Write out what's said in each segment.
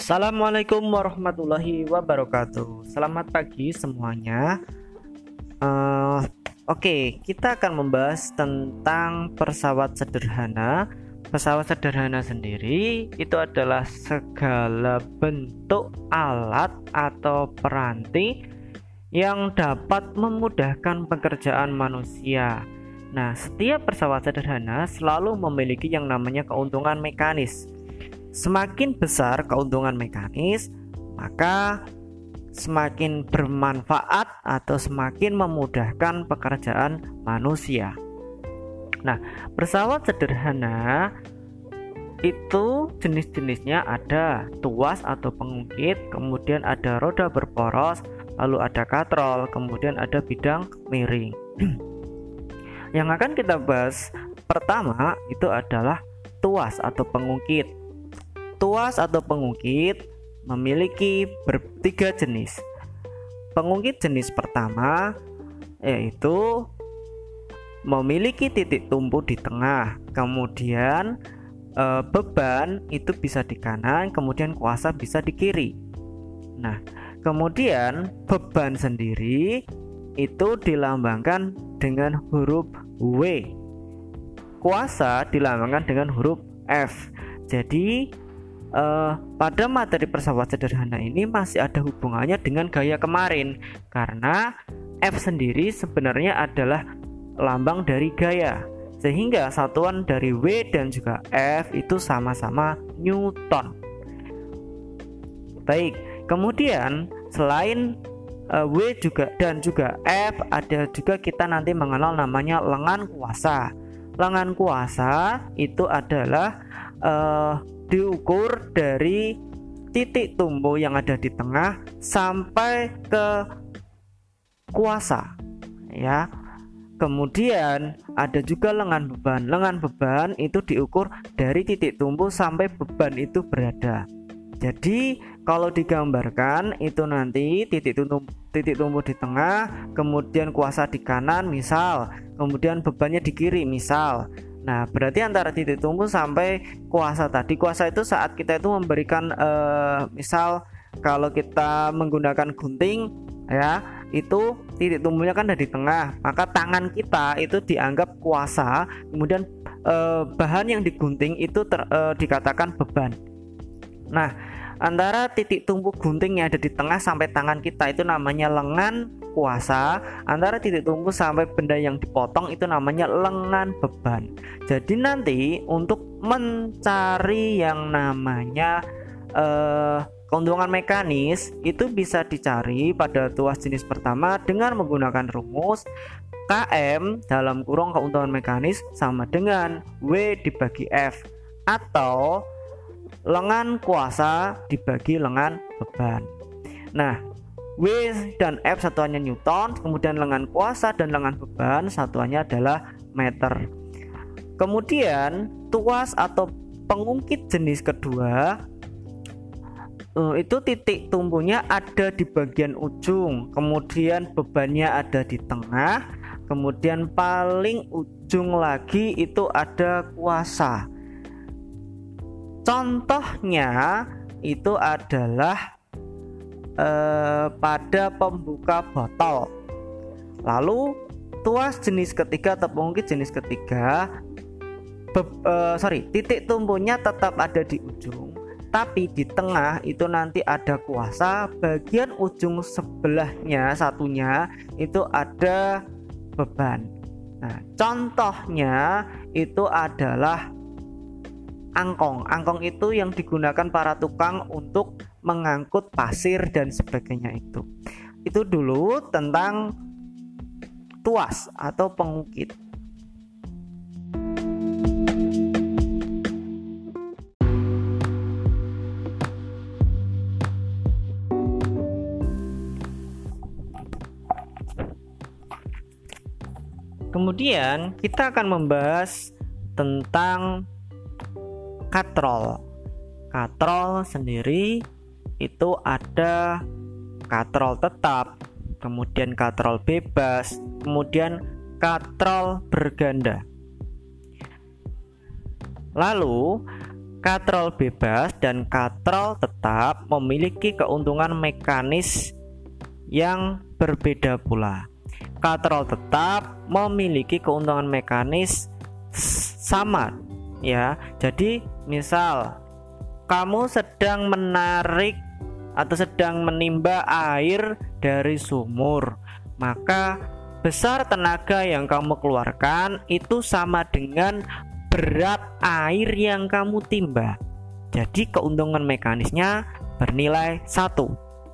Assalamualaikum warahmatullahi wabarakatuh. Selamat pagi semuanya. Kita akan membahas tentang pesawat sederhana. Pesawat sederhana sendiri itu adalah segala bentuk alat atau peranti yang dapat memudahkan pekerjaan manusia. Nah, setiap pesawat sederhana selalu memiliki yang namanya keuntungan mekanis. Semakin besar keuntungan mekanis, maka semakin bermanfaat atau semakin memudahkan pekerjaan manusia. Nah, pesawat sederhana itu jenis-jenisnya ada tuas atau pengungkit, kemudian ada roda berporos, lalu ada katrol, kemudian ada bidang miring. Yang akan kita bahas pertama itu adalah tuas atau pengungkit. Tuas atau pengungkit memiliki tiga jenis. Pengungkit jenis pertama yaitu memiliki titik tumpu di tengah, kemudian beban itu bisa di kanan, kemudian kuasa bisa di kiri. Nah, kemudian beban sendiri itu dilambangkan dengan huruf W, kuasa dilambangkan dengan huruf F. Jadi pada materi pesawat sederhana ini masih ada hubungannya dengan gaya kemarin, karena F sendiri sebenarnya adalah lambang dari gaya, sehingga satuan dari W dan juga F itu sama-sama Newton. Baik, kemudian selain W juga dan juga F, ada juga kita nanti mengenal namanya lengan kuasa. Lengan kuasa itu adalah diukur dari titik tumpu yang ada di tengah sampai ke kuasa, ya. Kemudian ada juga lengan beban. Lengan beban itu diukur dari titik tumpu sampai beban itu berada. Jadi kalau digambarkan itu nanti titik tumpu di tengah, kemudian kuasa di kanan misal, kemudian bebannya di kiri misal. Nah, berarti antara titik tumpu sampai kuasa tadi, kuasa itu saat kita itu memberikan misal kalau kita menggunakan gunting, ya, itu titik tumpunya kan ada di tengah, maka tangan kita itu dianggap kuasa, kemudian bahan yang digunting itu dikatakan beban. Nah, antara titik tumpu gunting yang ada di tengah sampai tangan kita itu namanya lengan kuasa, antara titik tumpu sampai benda yang dipotong itu namanya lengan beban. Jadi nanti untuk mencari yang namanya keuntungan mekanis itu bisa dicari pada tuas jenis pertama dengan menggunakan rumus KM dalam kurung keuntungan mekanis sama dengan W dibagi F, atau lengan kuasa dibagi lengan beban. Nah, W dan F satuannya Newton, kemudian lengan kuasa dan lengan beban satuannya adalah meter. Kemudian tuas atau pengungkit jenis kedua itu titik tumpunya ada di bagian ujung, kemudian bebannya ada di tengah, kemudian paling ujung lagi itu ada kuasa. Contohnya itu adalah pada pembuka botol. Lalu tuas jenis ketiga atau pengungkit jenis ketiga titik tumpunya tetap ada di ujung, tapi di tengah itu nanti ada kuasa, bagian ujung sebelahnya satunya itu ada beban. Nah, contohnya itu adalah angkong. Angkong itu yang digunakan para tukang untuk mengangkut pasir dan sebagainya itu. Itu dulu tentang tuas atau pengungkit. Kemudian kita akan membahas tentang katrol. Katrol sendiri itu ada katrol tetap, kemudian katrol bebas, kemudian katrol berganda. Lalu Katrol bebas dan katrol tetap memiliki keuntungan mekanis yang berbeda pula. Katrol tetap memiliki keuntungan mekanis sama ya. Jadi misal kamu sedang menarik atau sedang menimba air dari sumur, maka besar tenaga yang kamu keluarkan itu sama dengan berat air yang kamu timba. Jadi keuntungan mekanisnya bernilai 1.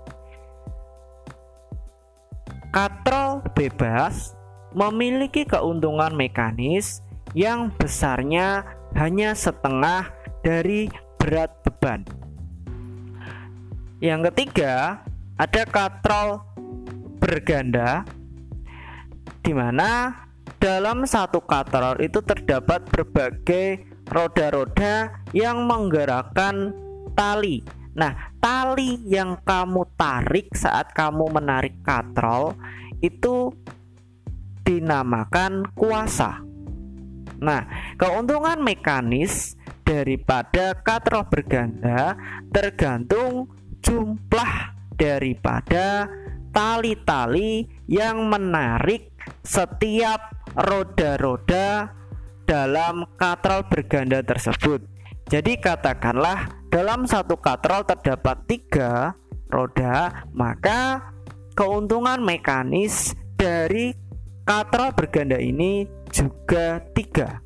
Katrol bebas memiliki keuntungan mekanis yang besarnya hanya setengah dari berat beban. Yang ketiga, ada katrol berganda, di mana dalam satu katrol itu terdapat berbagai roda-roda yang menggerakkan tali. Nah, tali yang kamu tarik saat kamu menarik katrol itu dinamakan kuasa. Nah, keuntungan mekanis daripada katrol berganda tergantung jumlah daripada tali-tali yang menarik setiap roda-roda dalam katrol berganda tersebut. Jadi katakanlah dalam satu katrol terdapat 3 roda, maka keuntungan mekanis dari katrol berganda ini juga 3.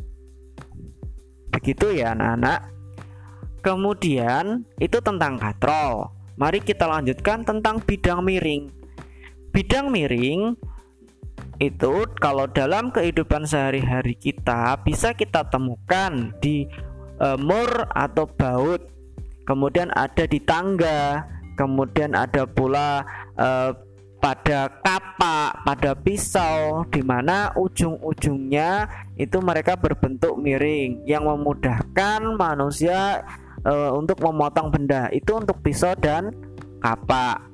Begitu ya anak-anak. Kemudian itu tentang katrol. Mari kita lanjutkan tentang bidang miring. Bidang miring itu kalau dalam kehidupan sehari-hari kita bisa kita temukan di mur atau baut, kemudian ada di tangga, kemudian ada pula pada kapak, pada pisau, di mana ujung-ujungnya itu mereka berbentuk miring yang memudahkan manusia untuk memotong benda. Itu untuk pisau dan kapak.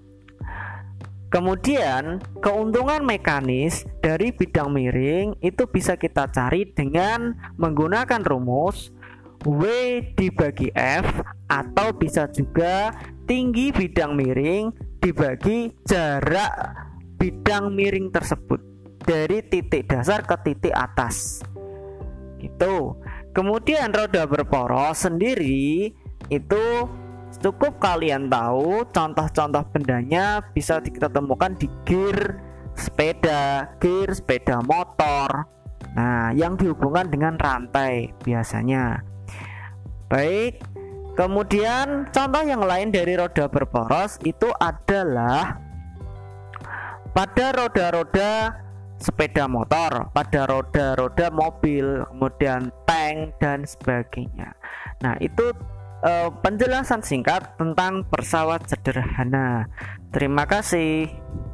Kemudian keuntungan mekanis dari bidang miring itu bisa kita cari dengan menggunakan rumus W dibagi F, atau bisa juga tinggi bidang miring dibagi jarak bidang miring tersebut dari titik dasar ke titik atas. Gitu. Kemudian roda berporos sendiri itu cukup kalian tahu, contoh-contoh bendanya bisa kita temukan di gear sepeda motor. Nah, yang dihubungkan dengan rantai biasanya. Baik, kemudian contoh yang lain dari roda berporos itu adalah pada roda-roda sepeda motor, pada roda-roda mobil, kemudian tank dan sebagainya. Nah, itu penjelasan singkat tentang pesawat sederhana. Terima kasih.